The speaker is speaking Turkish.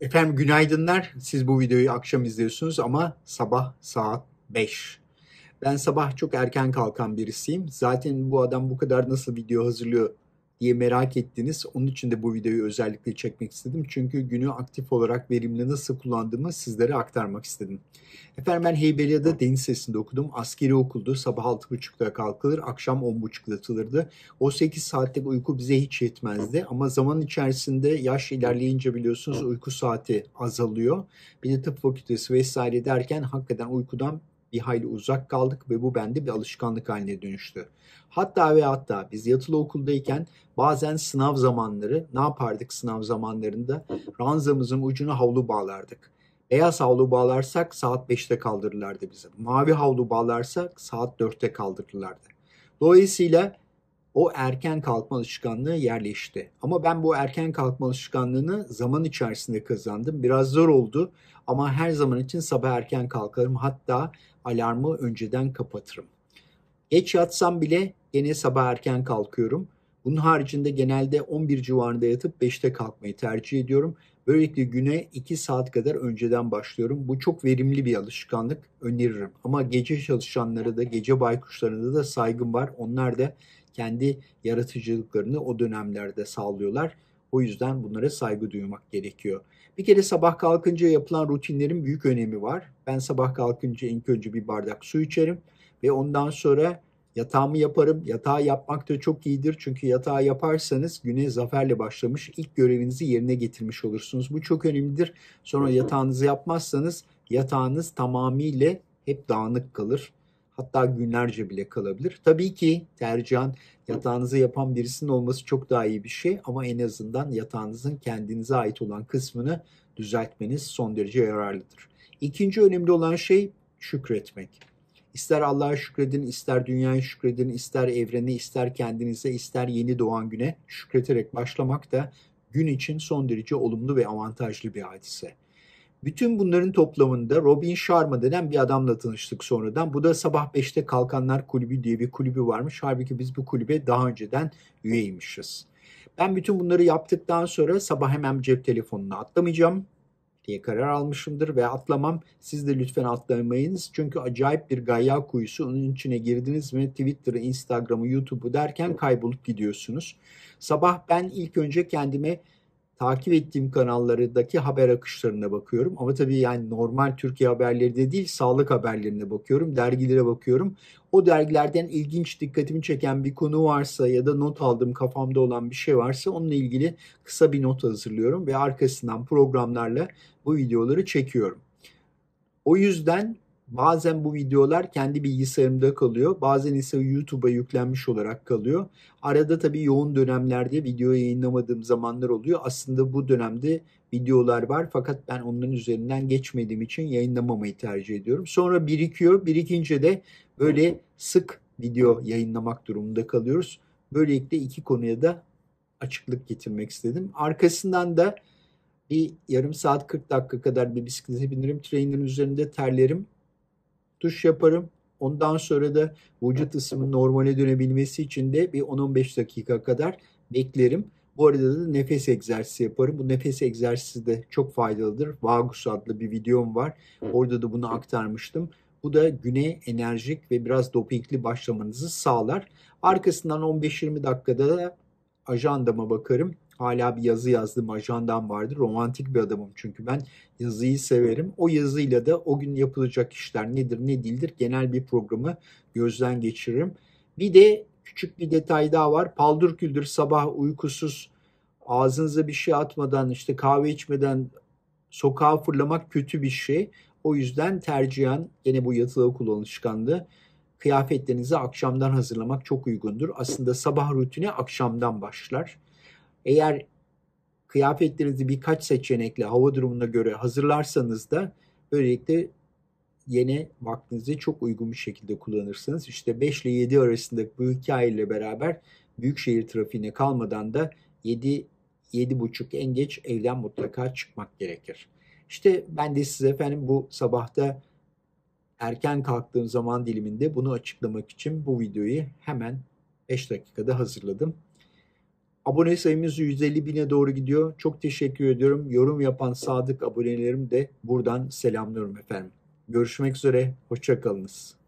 Efendim günaydınlar. Siz bu videoyu akşam izliyorsunuz ama sabah saat 5. Ben sabah çok erken kalkan birisiyim. Zaten bu adam bu kadar nasıl video hazırlıyor diye merak ettiniz. Onun için de bu videoyu özellikle çekmek istedim. Çünkü günü aktif olarak verimli nasıl kullandığımı sizlere aktarmak istedim. Efendim ben Heybeliada Deniz Lisesi'nde okudum. Askeri okuldu. Sabah 6.30'da kalkılır, akşam 10.30'da yatılırdı. O 8 saatlik uyku bize hiç yetmezdi. Ama zaman içerisinde yaş ilerleyince biliyorsunuz uyku saati azalıyor. Bir de tıp fakültesi vesaire derken hakikaten uykudan bir hayli uzak kaldık ve bu bende bir alışkanlık haline dönüştü. Hatta ve hatta biz yatılı okuldayken bazen sınav zamanları ne yapardık sınav zamanlarında? Ranzamızın ucuna havlu bağlardık. Beyaz havlu bağlarsak saat 5'te kaldırırlardı bizi. Mavi havlu bağlarsak saat 4'te kaldırırlardı. Dolayısıyla o erken kalkma alışkanlığı yerleşti. Ama ben bu erken kalkma alışkanlığını zaman içerisinde kazandım. Biraz zor oldu ama her zaman için sabah erken kalkarım. Hatta alarmı önceden kapatırım. Geç yatsam bile gene sabah erken kalkıyorum. Bunun haricinde genelde 11 civarında yatıp 5'te kalkmayı tercih ediyorum. Böylelikle güne 2 saat kadar önceden başlıyorum. Bu çok verimli bir alışkanlık, öneririm. Ama gece çalışanlara da, gece baykuşlarına da saygım var. Onlar da kendi yaratıcılıklarını o dönemlerde sağlıyorlar. O yüzden bunlara saygı duymak gerekiyor. Bir kere sabah kalkınca yapılan rutinlerin büyük önemi var. Ben sabah kalkınca ilk önce bir bardak su içerim ve ondan sonra yatağımı yaparım. Yatağı yapmak da çok iyidir. Çünkü yatağı yaparsanız güne zaferle başlamış, ilk görevinizi yerine getirmiş olursunuz. Bu çok önemlidir. Sonra yatağınızı yapmazsanız yatağınız tamamıyla hep dağınık kalır. Hatta günlerce bile kalabilir. Tabii ki tercihen yatağınızı yapan birisinin olması çok daha iyi bir şey. Ama en azından yatağınızın kendinize ait olan kısmını düzeltmeniz son derece yararlıdır. İkinci önemli olan şey şükretmek. İster Allah'a şükredin, ister dünyaya şükredin, ister evrene, ister kendinize, ister yeni doğan güne şükreterek başlamak da gün için son derece olumlu ve avantajlı bir hadise. Bütün bunların toplamında Robin Sharma denen bir adamla tanıştık sonradan. Bu da Sabah 5'te Kalkanlar Kulübü diye bir kulübü varmış. Halbuki biz bu kulübe daha önceden üyeymişiz. Ben bütün bunları yaptıktan sonra sabah hemen cep telefonuna atlamayacağım diye karar almışımdır ve atlamam. Siz de lütfen atlamayınız. Çünkü acayip bir gayya kuyusu. Onun içine girdiniz mi Twitter'ı, Instagram'ı, YouTube'u derken kaybolup gidiyorsunuz. Sabah ben ilk önce kendime takip ettiğim kanallardaki haber akışlarına bakıyorum. Ama tabii yani normal Türkiye haberleri de değil, sağlık haberlerine bakıyorum, dergilere bakıyorum. O dergilerden ilginç, dikkatimi çeken bir konu varsa ya da not aldığım kafamda olan bir şey varsa onunla ilgili kısa bir not hazırlıyorum ve arkasından programlarla bu videoları çekiyorum. O yüzden bazen bu videolar kendi bilgisayarımda kalıyor. Bazen ise YouTube'a yüklenmiş olarak kalıyor. Arada tabii yoğun dönemlerde video yayınlamadığım zamanlar oluyor. Aslında bu dönemde videolar var fakat ben onların üzerinden geçmediğim için yayınlamamayı tercih ediyorum. Sonra birikiyor. Birikince de böyle sık video yayınlamak durumunda kalıyoruz. Böylelikle iki konuya da açıklık getirmek istedim. Arkasından da bir yarım saat 40 dakika kadar bir bisiklete binirim. Trainer'ın üzerinde terlerim. Duş yaparım. Ondan sonra da vücut ısımın normale dönebilmesi için de bir 10-15 dakika kadar beklerim. Bu arada da nefes egzersizi yaparım. Bu nefes egzersizi de çok faydalıdır. Vagus adlı bir videom var. Orada da bunu aktarmıştım. Bu da güne enerjik ve biraz dopingli başlamanızı sağlar. Arkasından 15-20 dakikada da ajandama bakarım. Hala bir yazı yazdığım ajandam vardır. Romantik bir adamım çünkü ben yazıyı severim. O yazıyla da o gün yapılacak işler nedir ne değildir genel bir programı gözden geçiririm. Bir de küçük bir detay daha var. Paldır küldür sabah uykusuz ağzınıza bir şey atmadan işte kahve içmeden sokağa fırlamak kötü bir şey. O yüzden tercihen gene bu yatılı okul alışkanlığı kıyafetlerinizi akşamdan hazırlamak çok uygundur. Aslında sabah rutini akşamdan başlar. Eğer kıyafetlerinizi birkaç seçenekle hava durumuna göre hazırlarsanız da böylelikle yine vaktinizi çok uygun bir şekilde kullanırsınız. İşte 5 ile 7 arasında bu hikayeyle beraber büyük şehir trafiğine kalmadan da 7-7.30 en geç evden mutlaka çıkmak gerekir. İşte ben de size efendim bu sabahta erken kalktığım zaman diliminde bunu açıklamak için bu videoyu hemen 5 dakikada hazırladım. Abone sayımız 150 bine doğru gidiyor. Çok teşekkür ediyorum. Yorum yapan sadık abonelerim de buradan selamlıyorum efendim. Görüşmek üzere. Hoşça kalınız.